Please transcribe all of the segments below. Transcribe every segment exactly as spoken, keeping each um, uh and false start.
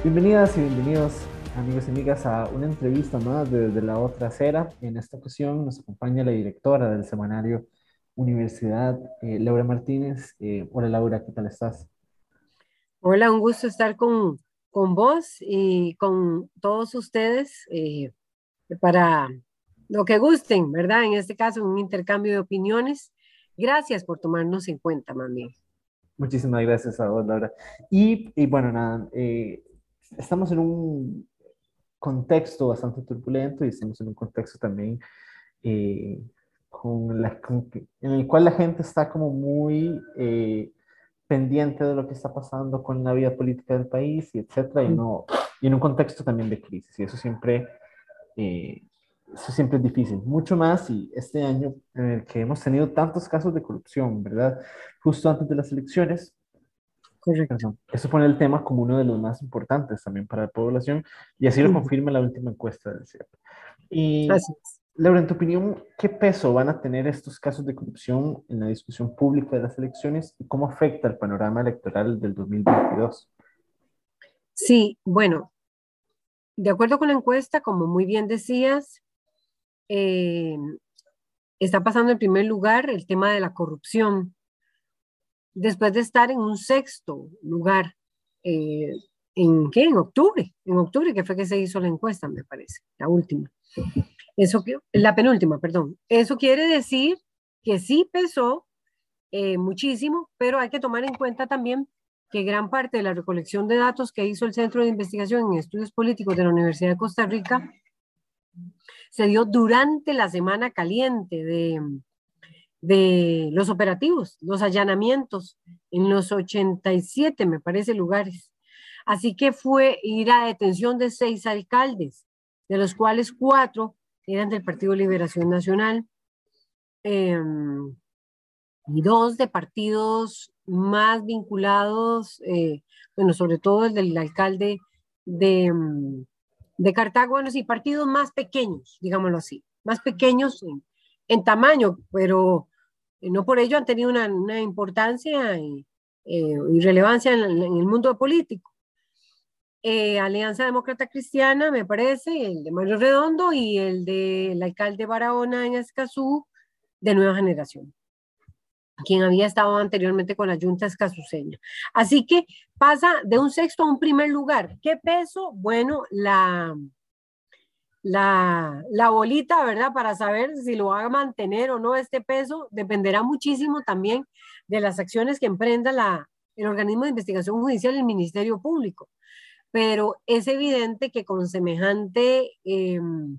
Bienvenidas y bienvenidos, amigos y amigas, a una entrevista más desde la otra acera. En esta ocasión nos acompaña la directora del semanario Universidad, eh, Laura Martínez. Eh, hola Laura, ¿qué tal estás? Hola, un gusto estar con, con vos y con todos ustedes eh, para lo que gusten, ¿verdad? En este caso, un intercambio de opiniones. Gracias por tomarnos en cuenta, mami. Muchísimas gracias a vos, Laura. Y, y bueno, nada, eh, estamos en un contexto bastante turbulento y estamos en un contexto también eh, con la, con que- en el cual la gente está como muy eh, pendiente de lo que está pasando con la vida política del país y etcétera, y, no, y en un contexto también de crisis, y eso siempre, eh, eso siempre es difícil, mucho más y este año en el que hemos tenido tantos casos de corrupción, ¿verdad? Justo antes de las elecciones, Correcto. perdón, eso pone el tema como uno de los más importantes también para la población, y así lo Ujú. confirma la última encuesta del C I E P. Y Así es. Laura, en tu opinión, ¿qué peso van a tener estos casos de corrupción en la discusión pública de las elecciones y cómo afecta el panorama electoral del dos mil veintidós? Sí, bueno, de acuerdo con la encuesta, como muy bien decías, eh, está pasando en primer lugar el tema de la corrupción, después de estar en un sexto lugar. eh, ¿En qué? En octubre, en octubre que fue que se hizo la encuesta, me parece, la última. Eso que, la penúltima, perdón. Eso quiere decir que sí pesó eh, muchísimo, pero hay que tomar en cuenta también que gran parte de la recolección de datos que hizo el Centro de Investigación en Estudios Políticos de la Universidad de Costa Rica se dio durante la semana caliente de, de los operativos, los allanamientos en los ochenta y siete, me parece, lugares. Así que fue ir a detención de seis alcaldes, de los cuales cuatro eran del Partido Liberación Nacional eh, y dos de partidos más vinculados, eh, bueno, sobre todo el del alcalde de, mm, de Cartago, bueno, sí, partidos más pequeños, digámoslo así, más pequeños en, en tamaño, pero eh, no por ello han tenido una, una importancia y, eh, y relevancia en, en, el mundo político. Eh, Alianza Demócrata Cristiana, me parece, el de Mario Redondo y el del de alcalde Barahona en Escazú, de Nueva Generación, quien había estado anteriormente con la Junta Escazuseña. Así que pasa de un sexto a un primer lugar. ¿Qué peso? Bueno, la, la, la bolita, ¿verdad? Para saber si lo va a mantener o no este peso, dependerá muchísimo también de las acciones que emprenda la, el organismo de investigación judicial y el Ministerio Público. Pero es evidente que con semejante eh,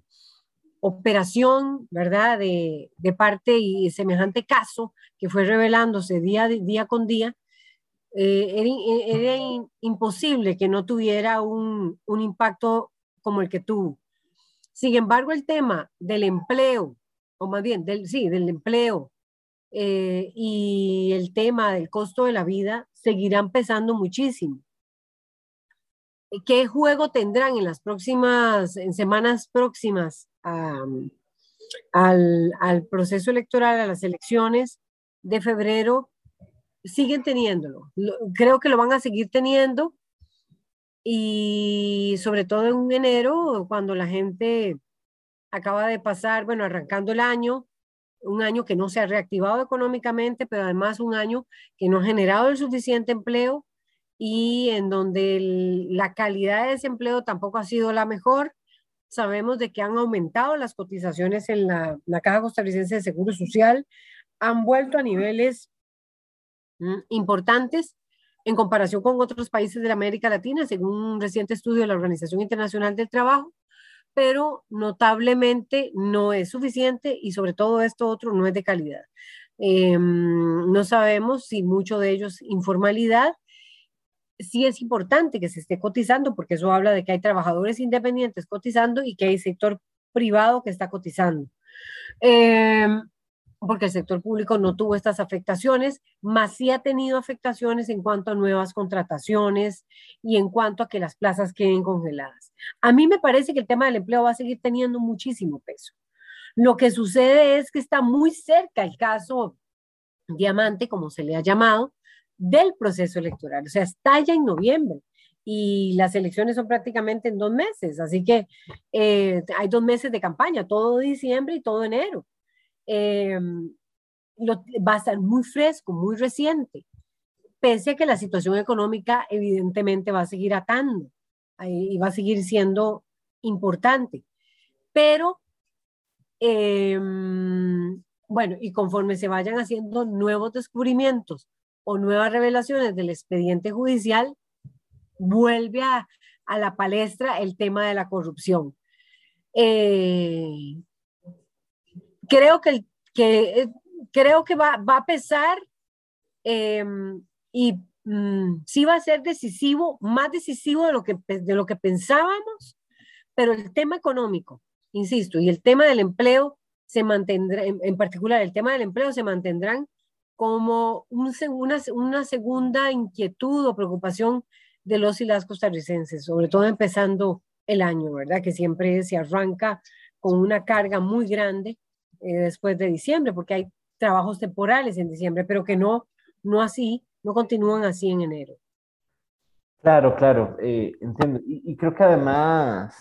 operación, ¿verdad? De, de parte y semejante caso que fue revelándose día, día con día, eh, era, era in, imposible que no tuviera un, un impacto como el que tuvo. Sin embargo, el tema del empleo, o más bien, del, sí, del empleo eh, y el tema del costo de la vida seguirán pesando muchísimo. ¿Qué juego tendrán en las próximas, en semanas próximas um, al, al proceso electoral, a las elecciones de febrero? Siguen teniéndolo. Lo, creo que lo van a seguir teniendo y sobre todo en enero, cuando la gente acaba de pasar, bueno, arrancando el año, un año que no se ha reactivado económicamente, pero además un año que no ha generado el suficiente empleo y en donde el, la calidad de ese empleo tampoco ha sido la mejor. Sabemos de que han aumentado las cotizaciones en la, la Caja Costarricense de Seguro Social, han vuelto a niveles mm, importantes en comparación con otros países de la América Latina, según un reciente estudio de la Organización Internacional del Trabajo, pero notablemente no es suficiente y sobre todo esto otro no es de calidad. Eh, no sabemos si mucho de ellos informalidad. Sí es importante que se esté cotizando porque eso habla de que hay trabajadores independientes cotizando y que hay sector privado que está cotizando. Eh, porque el sector público no tuvo estas afectaciones, más sí ha tenido afectaciones en cuanto a nuevas contrataciones y en cuanto a que las plazas queden congeladas. A mí me parece que el tema del empleo va a seguir teniendo muchísimo peso. Lo que sucede es que está muy cerca el caso Diamante, como se le ha llamado, del proceso electoral. O sea, está ya en noviembre y las elecciones son prácticamente en dos meses, así que eh, hay dos meses de campaña, todo diciembre y todo enero. Eh, lo, va a estar muy fresco, muy reciente, pese a que la situación económica evidentemente va a seguir atando y va a seguir siendo importante. Pero, eh, bueno, y conforme se vayan haciendo nuevos descubrimientos o nuevas revelaciones del expediente judicial, vuelve a, a la palestra el tema de la corrupción. Eh, creo que, que, creo que va, va a pesar eh, y mm, sí va a ser decisivo, más decisivo de lo, que, de lo que pensábamos, pero el tema económico, insisto, y el tema del empleo se mantendrá, en, en particular el tema del empleo se mantendrán como un, una, una segunda inquietud o preocupación de los y las costarricenses, sobre todo empezando el año, ¿verdad? Que siempre se arranca con una carga muy grande eh, después de diciembre, porque hay trabajos temporales en diciembre, pero que no, no así, no continúan así en enero. Claro, claro, eh, entiendo. Y, y creo que además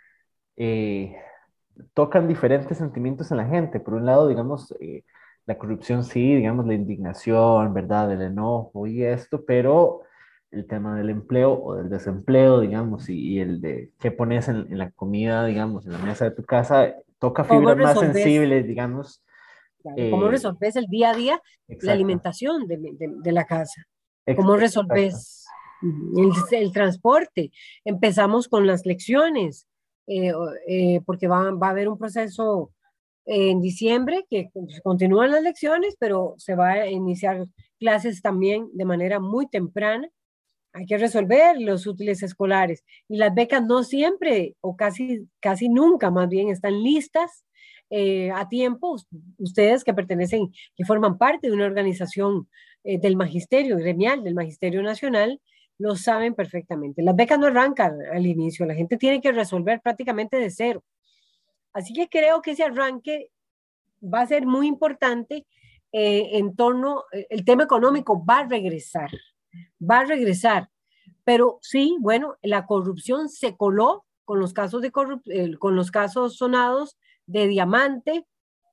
eh, tocan diferentes sentimientos en la gente. Por un lado, digamos, eh, la corrupción sí, digamos, la indignación, ¿verdad? El enojo y esto, pero el tema del empleo o del desempleo, digamos, y, y el de qué pones en, en la comida, digamos, en la mesa de tu casa, toca ¿Cómo fibras más resolves, sensibles, digamos. claro, cómo eh, resolves el día a día la exacto, alimentación de, de, de la casa? ex- ¿Cómo exacto. resolves el, el transporte? Empezamos con las lecciones, eh, eh, porque va, va a haber un proceso en diciembre que continúan las lecciones, pero se va a iniciar clases también de manera muy temprana. Hay que resolver los útiles escolares y las becas no siempre o casi, casi nunca más bien están listas eh, a tiempo. Ustedes que pertenecen, que forman parte de una organización eh, del magisterio gremial, del magisterio nacional, lo saben perfectamente. Las becas no arrancan al inicio, la gente tiene que resolver prácticamente de cero. Así que creo que ese arranque va a ser muy importante eh, en torno, el tema económico va a regresar, va a regresar. Pero sí, bueno, la corrupción se coló con los casos, de corrup eh, con los casos sonados de Diamante,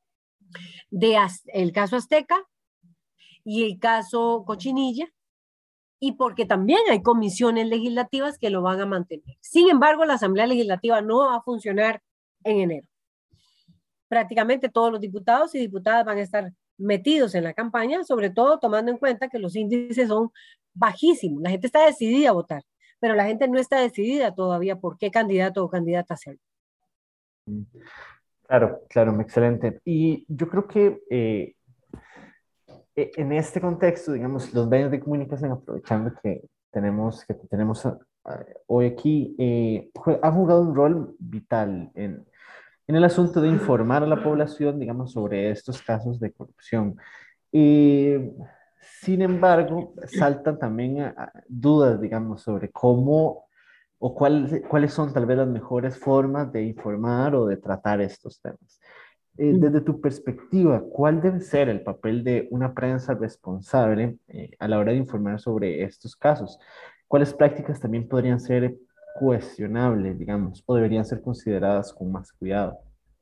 de Az el caso Azteca y el caso Cochinilla, y porque también hay comisiones legislativas que lo van a mantener. Sin embargo, la Asamblea Legislativa no va a funcionar en enero. Prácticamente todos los diputados y diputadas van a estar metidos en la campaña, sobre todo tomando en cuenta que los índices son bajísimos. La gente está decidida a votar, pero la gente no está decidida todavía por qué candidato o candidata hacer. Claro, claro, excelente. Y yo creo que eh, e- en este contexto, digamos, los medios de comunicación, aprovechando que tenemos, que tenemos a- a- hoy aquí, eh, jue- ha jugado un rol vital en, en el asunto de informar a la población, digamos, sobre estos casos de corrupción. Eh, Sin embargo, saltan también a- a dudas, digamos, sobre cómo o cuáles, cuáles son tal vez las mejores formas de informar o de tratar estos temas. Eh, desde tu perspectiva, ¿cuál debe ser el papel de una prensa responsable eh, a la hora de informar sobre estos casos? ¿Cuáles prácticas también podrían ser cuestionables, digamos, o deberían ser consideradas con más cuidado?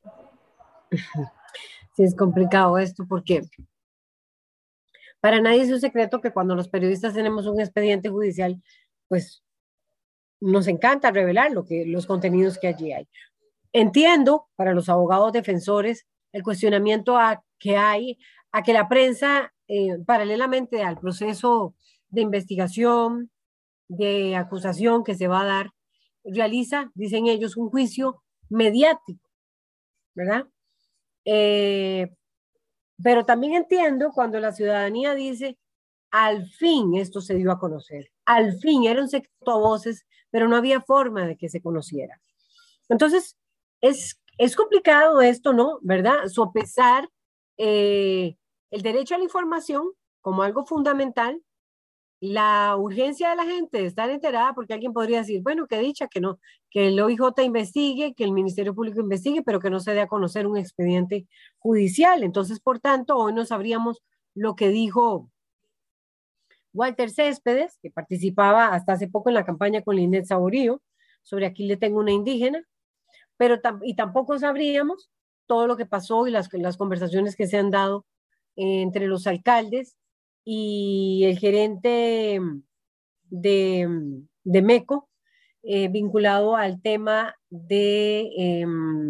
Sí, es complicado esto porque para nadie es un secreto que cuando los periodistas tenemos un expediente judicial, pues nos encanta revelar lo que, los contenidos que allí hay. Entiendo para los abogados defensores el cuestionamiento a que hay a que la prensa, eh, paralelamente al proceso de investigación, de acusación que se va a dar, realiza, dicen ellos, un juicio mediático, ¿verdad? Eh, pero también entiendo cuando la ciudadanía dice, al fin esto se dio a conocer, al fin era un secreto a voces, pero no había forma de que se conociera. Entonces, es, es complicado esto, ¿no? ¿Verdad? Sopesar eh, el derecho a la información como algo fundamental, la urgencia de la gente de estar enterada, porque alguien podría decir, bueno, qué dicha que no, que el O I J investigue, que el Ministerio Público investigue, pero que no se dé a conocer un expediente judicial. Entonces, por tanto, hoy no sabríamos lo que dijo Walter Céspedes, que participaba hasta hace poco en la campaña con Linet Saborío, sobre Aquí le tengo una indígena, pero tam y tampoco sabríamos todo lo que pasó y las, las conversaciones que se han dado eh, entre los alcaldes y el gerente de, de MECO, eh, vinculado al tema de, eh,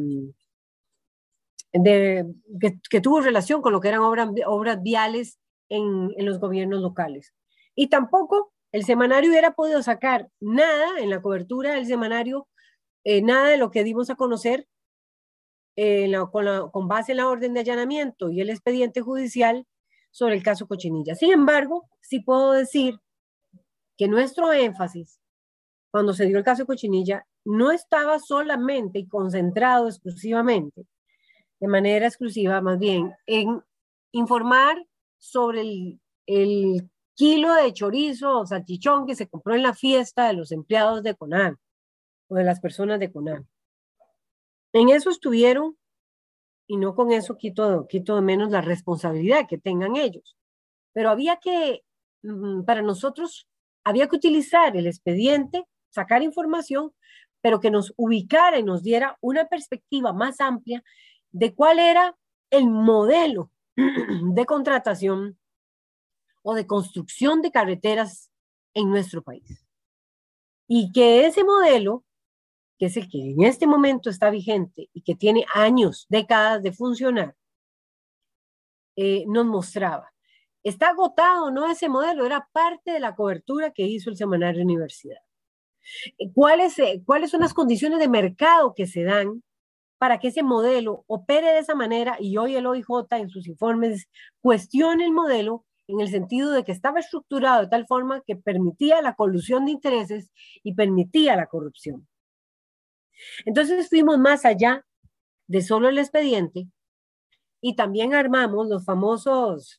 de que, que, tuvo relación con lo que eran obras, obras viales en, en los gobiernos locales. Y tampoco el semanario hubiera podido sacar nada en la cobertura del semanario, eh, nada de lo que dimos a conocer eh, la, con, la, con base en la orden de allanamiento y el expediente judicial sobre el caso Cochinilla. Sin embargo, sí puedo decir que nuestro énfasis cuando se dio el caso de Cochinilla no estaba solamente y concentrado exclusivamente, de manera exclusiva más bien, en informar sobre el, el kilo de chorizo o salchichón que se compró en la fiesta de los empleados de CONAN o de las personas de CONAN. En eso estuvieron, y no con eso quito, quito de menos la responsabilidad que tengan ellos, pero había que, para nosotros, había que utilizar el expediente, sacar información, pero que nos ubicara y nos diera una perspectiva más amplia de cuál era el modelo de contratación o de construcción de carreteras en nuestro país. Y que ese modelo, que es el que en este momento está vigente y que tiene años, décadas de funcionar, eh, nos mostraba. Está agotado, ¿no? Ese modelo era parte de la cobertura que hizo el Semanario Universidad. ¿Cuáles, ¿Cuáles son las condiciones de mercado que se dan para que ese modelo opere de esa manera? Y hoy el O I J en sus informes cuestiona el modelo en el sentido de que estaba estructurado de tal forma que permitía la colusión de intereses y permitía la corrupción. Entonces fuimos más allá de solo el expediente y también armamos los famosos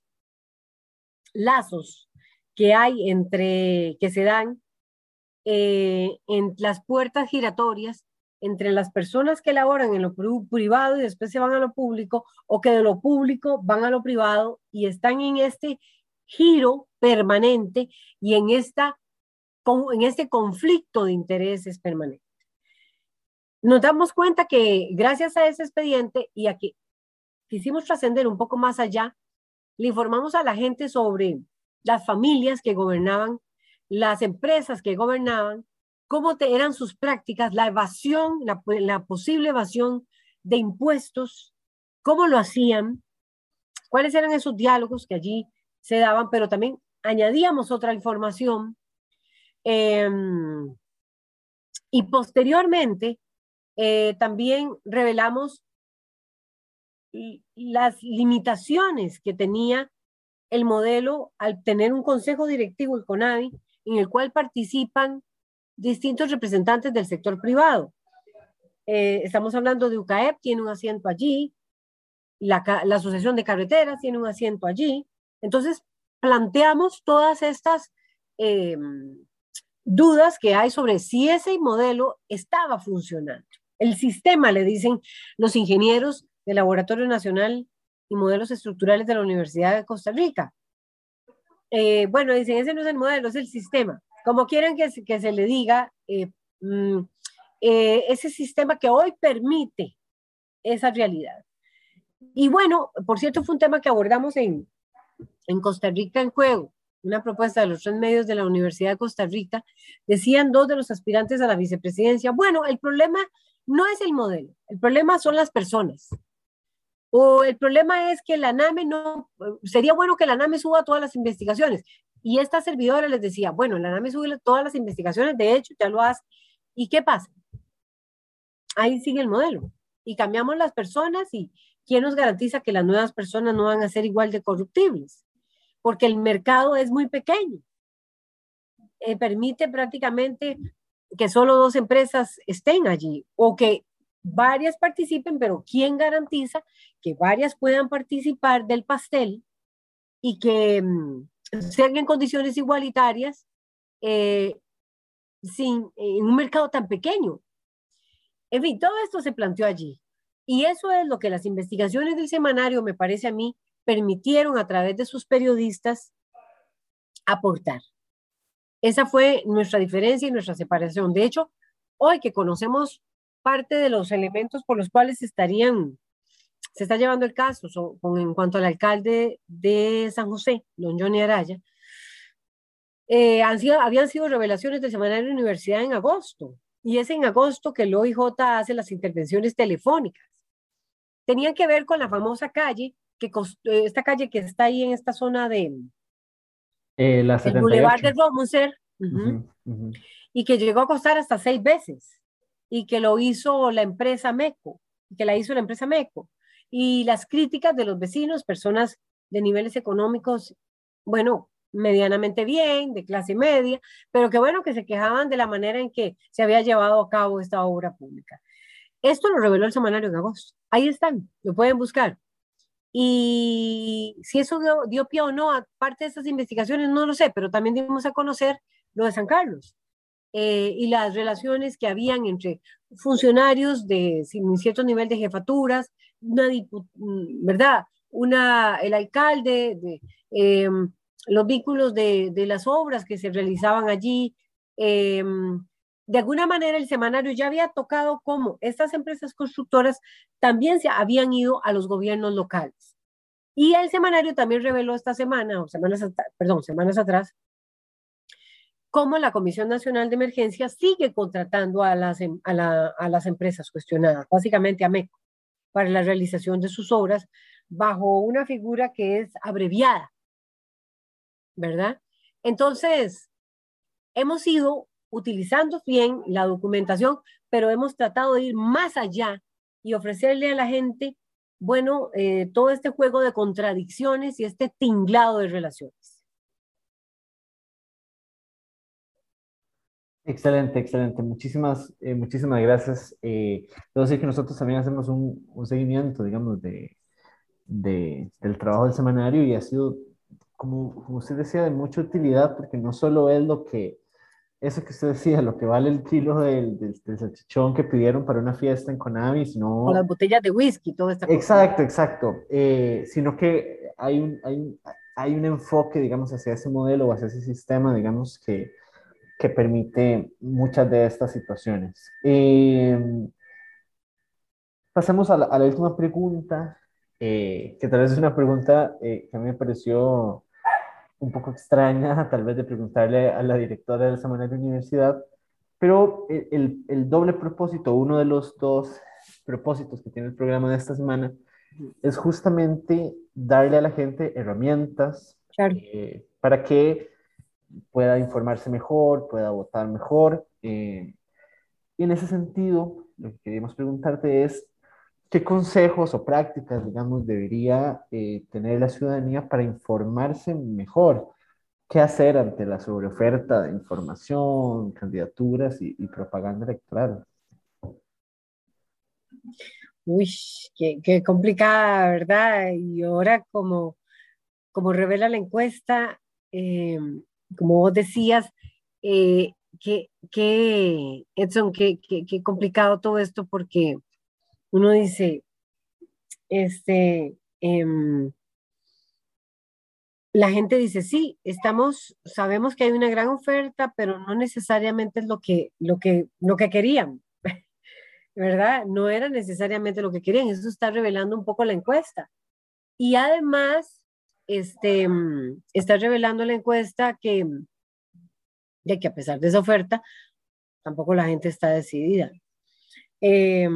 lazos que hay entre, que se dan eh, en las puertas giratorias entre las personas que laboran en lo privado y después se van a lo público, o que de lo público van a lo privado y están en este giro permanente y en, esta, en este conflicto de intereses permanente. Nos damos cuenta que gracias a ese expediente y a que quisimos trascender un poco más allá, le informamos a la gente sobre las familias que gobernaban, las empresas que gobernaban, cómo te, eran sus prácticas, la evasión, la, la posible evasión de impuestos, cómo lo hacían, cuáles eran esos diálogos que allí se daban, pero también añadíamos otra información. Eh, y posteriormente eh, también revelamos las limitaciones que tenía el modelo al tener un consejo directivo, el CONAVI, en el cual participan distintos representantes del sector privado. Eh, estamos hablando de U C A E P, tiene un asiento allí, la, la Asociación de Carreteras tiene un asiento allí. Entonces, planteamos todas estas eh, dudas que hay sobre si ese modelo estaba funcionando. El sistema, le dicen los ingenieros del Laboratorio Nacional y Modelos Estructurales de la Universidad de Costa Rica. Eh, bueno, dicen, ese no es el modelo, es el sistema. Como quieran que, que se le diga, eh, mm, eh, ese sistema que hoy permite esa realidad. Y bueno, por cierto, fue un tema que abordamos en, en Costa Rica en Juego, una propuesta de los tres medios de la Universidad de Costa Rica. Decían dos de los aspirantes a la vicepresidencia, bueno, el problema no es el modelo, el problema son las personas. O el problema es que la NAME no, sería bueno que la NAME suba todas las investigaciones. Y esta servidora les decía, bueno, la NAME sube todas las investigaciones, de hecho, ya lo hace. ¿Y qué pasa? Ahí sigue el modelo. Y cambiamos las personas y ¿quién nos garantiza que las nuevas personas no van a ser igual de corruptibles? Porque el mercado es muy pequeño. Eh, permite prácticamente que solo dos empresas estén allí o que varias participen, pero ¿quién garantiza que varias puedan participar del pastel y que mmm, sean en condiciones igualitarias eh, sin, en un mercado tan pequeño? En fin, todo esto se planteó allí. Y eso es lo que las investigaciones del semanario, me parece a mí, permitieron a través de sus periodistas aportar. Esa fue nuestra diferencia y nuestra separación. De hecho, hoy que conocemos parte de los elementos por los cuales estarían, se está llevando el caso so, con, en cuanto al alcalde de San José, don Johnny Araya, eh, han sido, habían sido revelaciones del semanario de la Universidad en agosto, y es en agosto que el O I J hace las intervenciones telefónicas. Tenían que ver con la famosa calle, que esta calle que está ahí en esta zona de eh, la el Boulevard setenta y ocho. de Romuser, uh -huh, uh-huh, uh-huh. y que llegó a costar hasta seis veces, y que lo hizo la empresa MECO, que la hizo la empresa MECO, y las críticas de los vecinos, personas de niveles económicos, bueno, medianamente bien, de clase media, pero que bueno, que se quejaban de la manera en que se había llevado a cabo esta obra pública. Esto lo reveló el semanario en agosto. Ahí están, lo pueden buscar. Y si eso dio, dio pie o no a parte de estas investigaciones, no lo sé, pero también dimos a conocer lo de San Carlos eh, y las relaciones que habían entre funcionarios de sin cierto nivel de jefaturas, una ¿verdad? Una, el alcalde, de, eh, los vínculos de, de las obras que se realizaban allí. Eh, de alguna manera el semanario ya había tocado cómo estas empresas constructoras también se habían ido a los gobiernos locales. Y el semanario también reveló esta semana, o semanas, perdón, semanas atrás, cómo la Comisión Nacional de Emergencia sigue contratando a las, a, la, a las empresas cuestionadas, básicamente a MECO, para la realización de sus obras bajo una figura que es abreviada, ¿verdad? Entonces, hemos ido utilizando bien la documentación, pero hemos tratado de ir más allá y ofrecerle a la gente, bueno, eh, todo este juego de contradicciones y este tinglado de relaciones. Excelente, excelente. Muchísimas, eh, muchísimas gracias. Eh, debo decir que nosotros también hacemos un, un seguimiento, digamos, de, de, del trabajo del semanario y ha sido, como, como usted decía, de mucha utilidad porque no solo es lo que, eso que usted decía, lo que vale el kilo del, del, del salchichón que pidieron para una fiesta en Conavi, sino... O las botellas de whisky, toda esta cosa. Exacto, exacto. Eh, sino que hay un, hay, un, hay un enfoque, digamos, hacia ese modelo o hacia ese sistema, digamos, que que permite muchas de estas situaciones. Eh, pasemos a la, a la última pregunta, eh, que tal vez es una pregunta eh, que a mí me pareció un poco extraña, tal vez de preguntarle a la directora del semanario de universidad, pero el, el, el doble propósito, uno de los dos propósitos que tiene el programa de esta semana, es justamente darle a la gente herramientas claro. eh, para que pueda informarse mejor, pueda votar mejor. Eh, y en ese sentido, lo que queríamos preguntarte es, ¿qué consejos o prácticas, digamos, debería eh, tener la ciudadanía para informarse mejor? ¿Qué hacer ante la sobreoferta de información, candidaturas y, y propaganda electoral? Uy, qué, qué complicada, ¿verdad? Y ahora como, como revela la encuesta, eh, como vos decías, eh, qué, qué, Edson, qué, qué, qué complicado todo esto porque uno dice, este, eh, la gente dice, sí, estamos, sabemos que hay una gran oferta, pero no necesariamente es lo que, lo que, lo que querían, ¿verdad? No era necesariamente lo que querían, eso está revelando un poco la encuesta. Y además, este, está revelando la encuesta que, de que a pesar de esa oferta, tampoco la gente está decidida. Eh,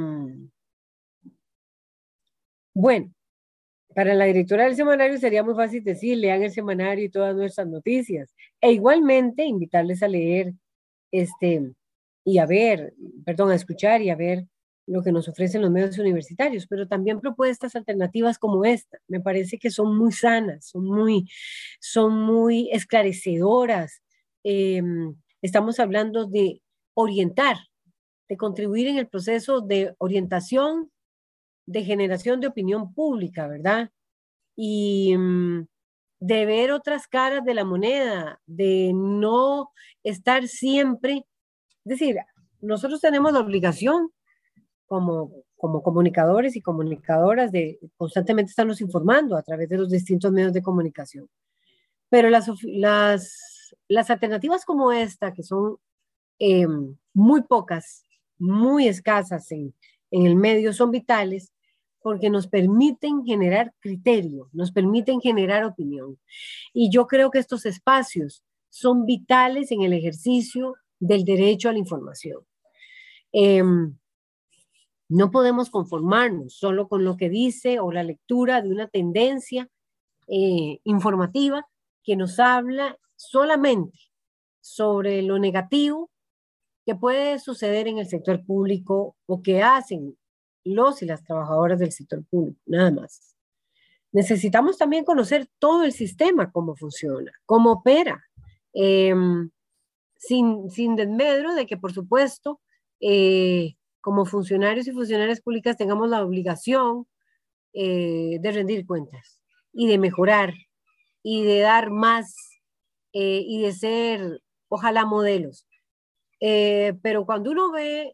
bueno, para la directora del semanario sería muy fácil decir, lean el semanario y todas nuestras noticias. E igualmente invitarles a leer este, y a ver, perdón, a escuchar y a ver lo que nos ofrecen los medios universitarios, pero también propuestas alternativas como esta. Me parece que son muy sanas, son muy, son muy esclarecedoras. Eh, estamos hablando de orientar, de contribuir en el proceso de orientación, de generación de opinión pública, ¿verdad? Y um, de ver otras caras de la moneda, de no estar siempre, es decir, nosotros tenemos la obligación como, como comunicadores y comunicadoras de constantemente estarnos informando a través de los distintos medios de comunicación. Pero las, las, las alternativas como esta, que son eh, muy pocas, muy escasas en, en el medio, son vitales porque nos permiten generar criterio, nos permiten generar opinión. Y yo creo que estos espacios son vitales en el ejercicio del derecho a la información. Eh, no podemos conformarnos solo con lo que dice o la lectura de una tendencia eh, informativa que nos habla solamente sobre lo negativo que puede suceder en el sector público o que hacen los y las trabajadoras del sector público, nada más. Necesitamos también conocer todo el sistema, cómo funciona, cómo opera, eh, sin, sin desmedro de que, por supuesto, eh, como funcionarios y funcionarias públicas tengamos la obligación eh, de rendir cuentas y de mejorar y de dar más eh, y de ser, ojalá, modelos. Eh, pero cuando uno ve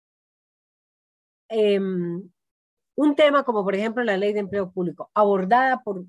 eh, un tema como, por ejemplo, la ley de empleo público, abordada por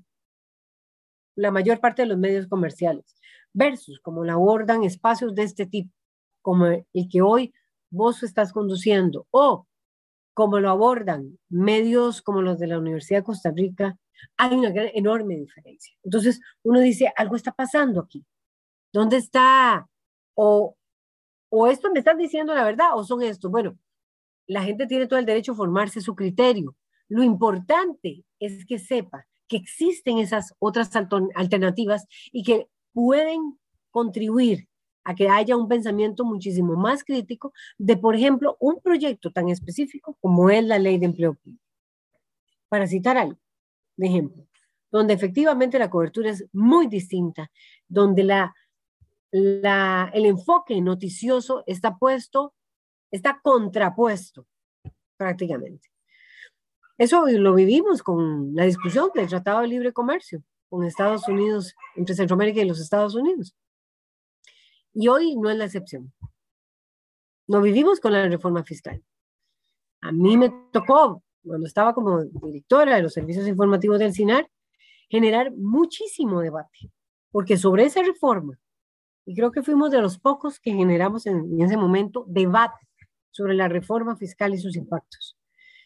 la mayor parte de los medios comerciales, versus como la abordan espacios de este tipo, como el que hoy vos estás conduciendo, o como lo abordan medios como los de la Universidad de Costa Rica, hay una gran, enorme diferencia. Entonces, uno dice, algo está pasando aquí. ¿Dónde está? O, o esto me están diciendo la verdad, o son estos. Bueno, la gente tiene todo el derecho a formarse su criterio. Lo importante es que sepa que existen esas otras alternativas y que pueden contribuir a que haya un pensamiento muchísimo más crítico de, por ejemplo, un proyecto tan específico como es la ley de empleo público. Para citar algo, de ejemplo, donde efectivamente la cobertura es muy distinta, donde la, la, el enfoque noticioso está puesto, está contrapuesto prácticamente. Eso lo vivimos con la discusión del Tratado de Libre Comercio con Estados Unidos, entre Centroamérica y los Estados Unidos. Y hoy no es la excepción. Lo vivimos con la reforma fiscal. A mí me tocó, cuando estaba como directora de los servicios informativos del SINAR, generar muchísimo debate, porque sobre esa reforma, y creo que fuimos de los pocos que generamos en, en ese momento debate sobre la reforma fiscal y sus impactos.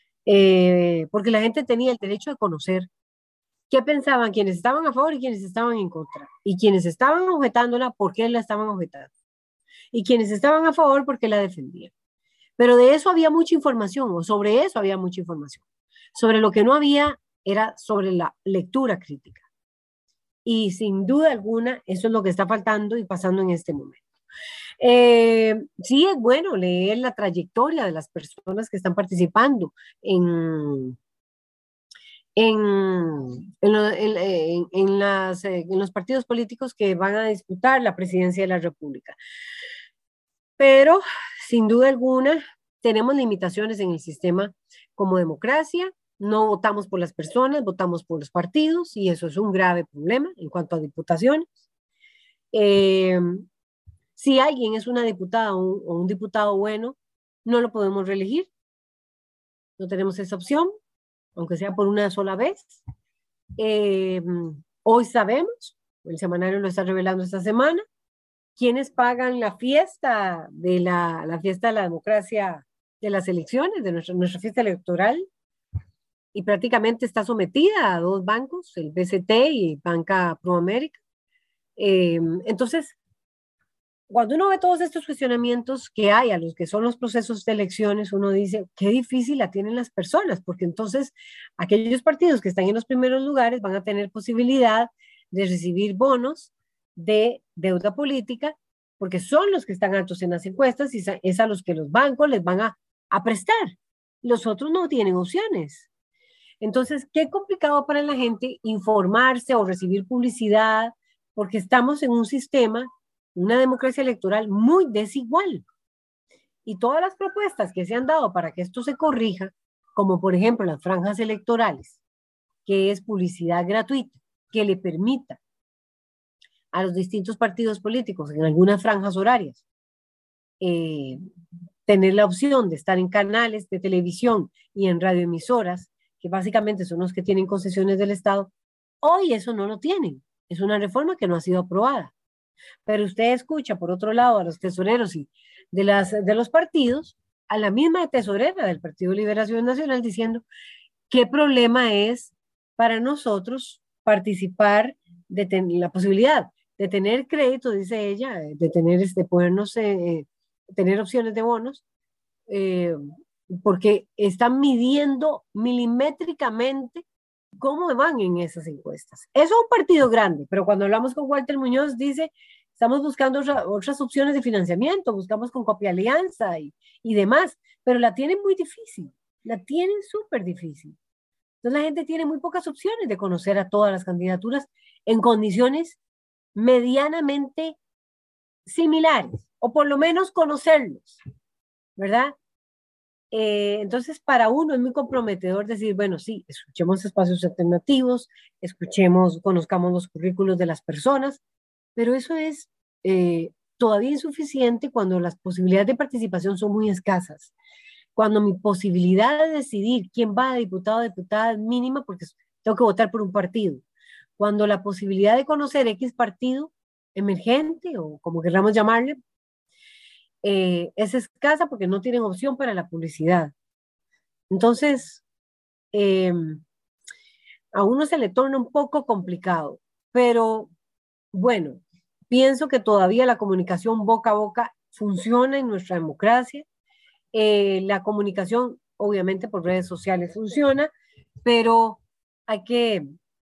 Eh, porque la gente tenía el derecho de conocer qué pensaban quienes estaban a favor y quienes estaban en contra, y quienes estaban objetándola, por qué la estaban objetando, y quienes estaban a favor, por qué la defendían. Pero de eso había mucha información, o sobre eso había mucha información. Sobre lo que no había era sobre la lectura crítica. Y sin duda alguna, eso es lo que está faltando y pasando en este momento. Eh, sí es bueno leer la trayectoria de las personas que están participando en, en, en, lo, en, en, las, en los partidos políticos que van a disputar la presidencia de la República. Pero, sin duda alguna, tenemos limitaciones en el sistema como democracia. No votamos por las personas, votamos por los partidos, y eso es un grave problema en cuanto a diputaciones. Eh, si alguien es una diputada o un, o un diputado bueno, no lo podemos reelegir. No tenemos esa opción, aunque sea por una sola vez. Eh, hoy sabemos, el semanario lo está revelando esta semana, quiénes pagan la fiesta de la, la fiesta de la democracia de las elecciones, de nuestra, nuestra fiesta electoral, y prácticamente está sometida a dos bancos, el B C T y Banca Proamérica. Eh, entonces, cuando uno ve todos estos cuestionamientos que hay a los que son los procesos de elecciones, uno dice, qué difícil la tienen las personas, porque entonces aquellos partidos que están en los primeros lugares van a tener posibilidad de recibir bonos de deuda política, porque son los que están altos en las encuestas y es a los que los bancos les van a, a prestar. Los otros no tienen opciones. Entonces, qué complicado para la gente informarse o recibir publicidad, porque estamos en un sistema, una democracia electoral muy desigual. Y todas las propuestas que se han dado para que esto se corrija, como por ejemplo las franjas electorales, que es publicidad gratuita, que le permita a los distintos partidos políticos en algunas franjas horarias eh, tener la opción de estar en canales de televisión y en radioemisoras, que básicamente son los que tienen concesiones del Estado, hoy eso no lo tienen. Es una reforma que no ha sido aprobada. Pero usted escucha, por otro lado, a los tesoreros y de, las, de los partidos, a la misma tesorera del Partido de Liberación Nacional diciendo qué problema es para nosotros participar de ten, la posibilidad de tener crédito, dice ella, de tener, este, podernos, eh, tener opciones de bonos, eh, porque están midiendo milimétricamente cómo van en esas encuestas. Eso es un partido grande, pero cuando hablamos con Walter Muñoz dice, estamos buscando otra, otras opciones de financiamiento, buscamos con Copia Alianza y, y demás, pero la tienen muy difícil, la tienen súper difícil. Entonces la gente tiene muy pocas opciones de conocer a todas las candidaturas en condiciones medianamente similares, o por lo menos conocerlos, ¿verdad? Eh, entonces, para uno es muy comprometedor decir, bueno, sí, escuchemos espacios alternativos, escuchemos, conozcamos los currículos de las personas, pero eso es eh, todavía insuficiente cuando las posibilidades de participación son muy escasas. Cuando mi posibilidad de decidir quién va a diputado o diputada es mínima porque tengo que votar por un partido. Cuando la posibilidad de conocer X partido emergente o como queramos llamarle, eh, es escasa porque no tienen opción para la publicidad. Entonces, eh, a uno se le torna un poco complicado, pero bueno, pienso que todavía la comunicación boca a boca funciona en nuestra democracia. Eh, la comunicación, obviamente, por redes sociales funciona, pero hay que,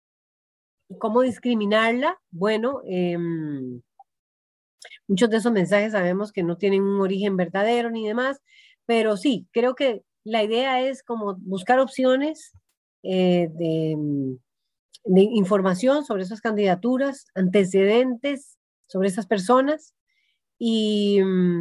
¿cómo discriminarla? Bueno, eh, muchos de esos mensajes sabemos que no tienen un origen verdadero ni demás, pero sí, creo que la idea es como buscar opciones eh, de, de información sobre esas candidaturas, antecedentes sobre esas personas y,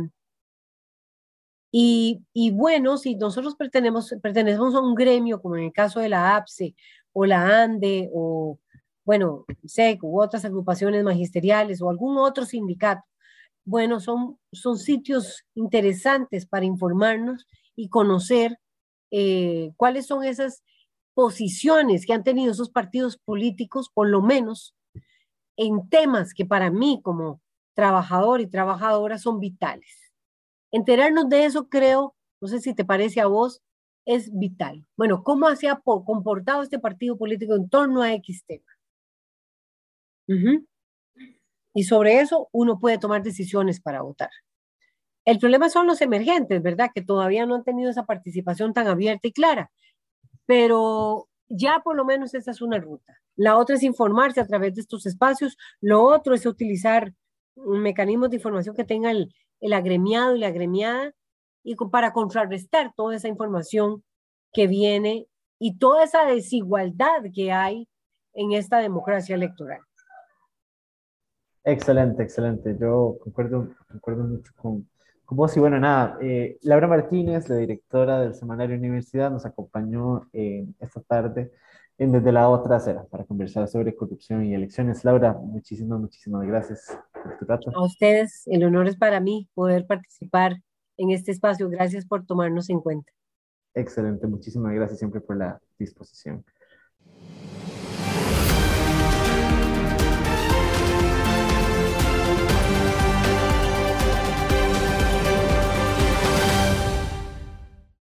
y, y bueno, si nosotros pertenecemos, pertenecemos a un gremio, como en el caso de la APSE o la ANDE o, bueno, SEC u otras agrupaciones magisteriales o algún otro sindicato, bueno, son, son sitios interesantes para informarnos y conocer eh, cuáles son esas posiciones que han tenido esos partidos políticos, por lo menos en temas que para mí como trabajador y trabajadora son vitales. Enterarnos de eso, creo, no sé si te parece a vos, es vital. Bueno, ¿cómo se ha comportado este partido político en torno a X tema? Uh-huh. Y sobre eso uno puede tomar decisiones para votar. El problema son los emergentes, ¿verdad? Que todavía no han tenido esa participación tan abierta y clara, pero ya por lo menos esa es una ruta. La otra es informarse a través de estos espacios, lo otro es utilizar mecanismos de información que tenga el, el agremiado y la agremiada y para contrarrestar toda esa información que viene y toda esa desigualdad que hay en esta democracia electoral. Excelente, excelente. Yo concuerdo, concuerdo mucho con, con vos. Y bueno, nada, eh, Laura Martínez, la directora del Semanario Universidad, nos acompañó eh, esta tarde en Desde la Otra Acera para conversar sobre corrupción y elecciones. Laura, muchísimas, muchísimas gracias por tu rato. A ustedes, el honor es para mí poder participar en este espacio. Gracias por tomarnos en cuenta. Excelente, muchísimas gracias siempre por la disposición.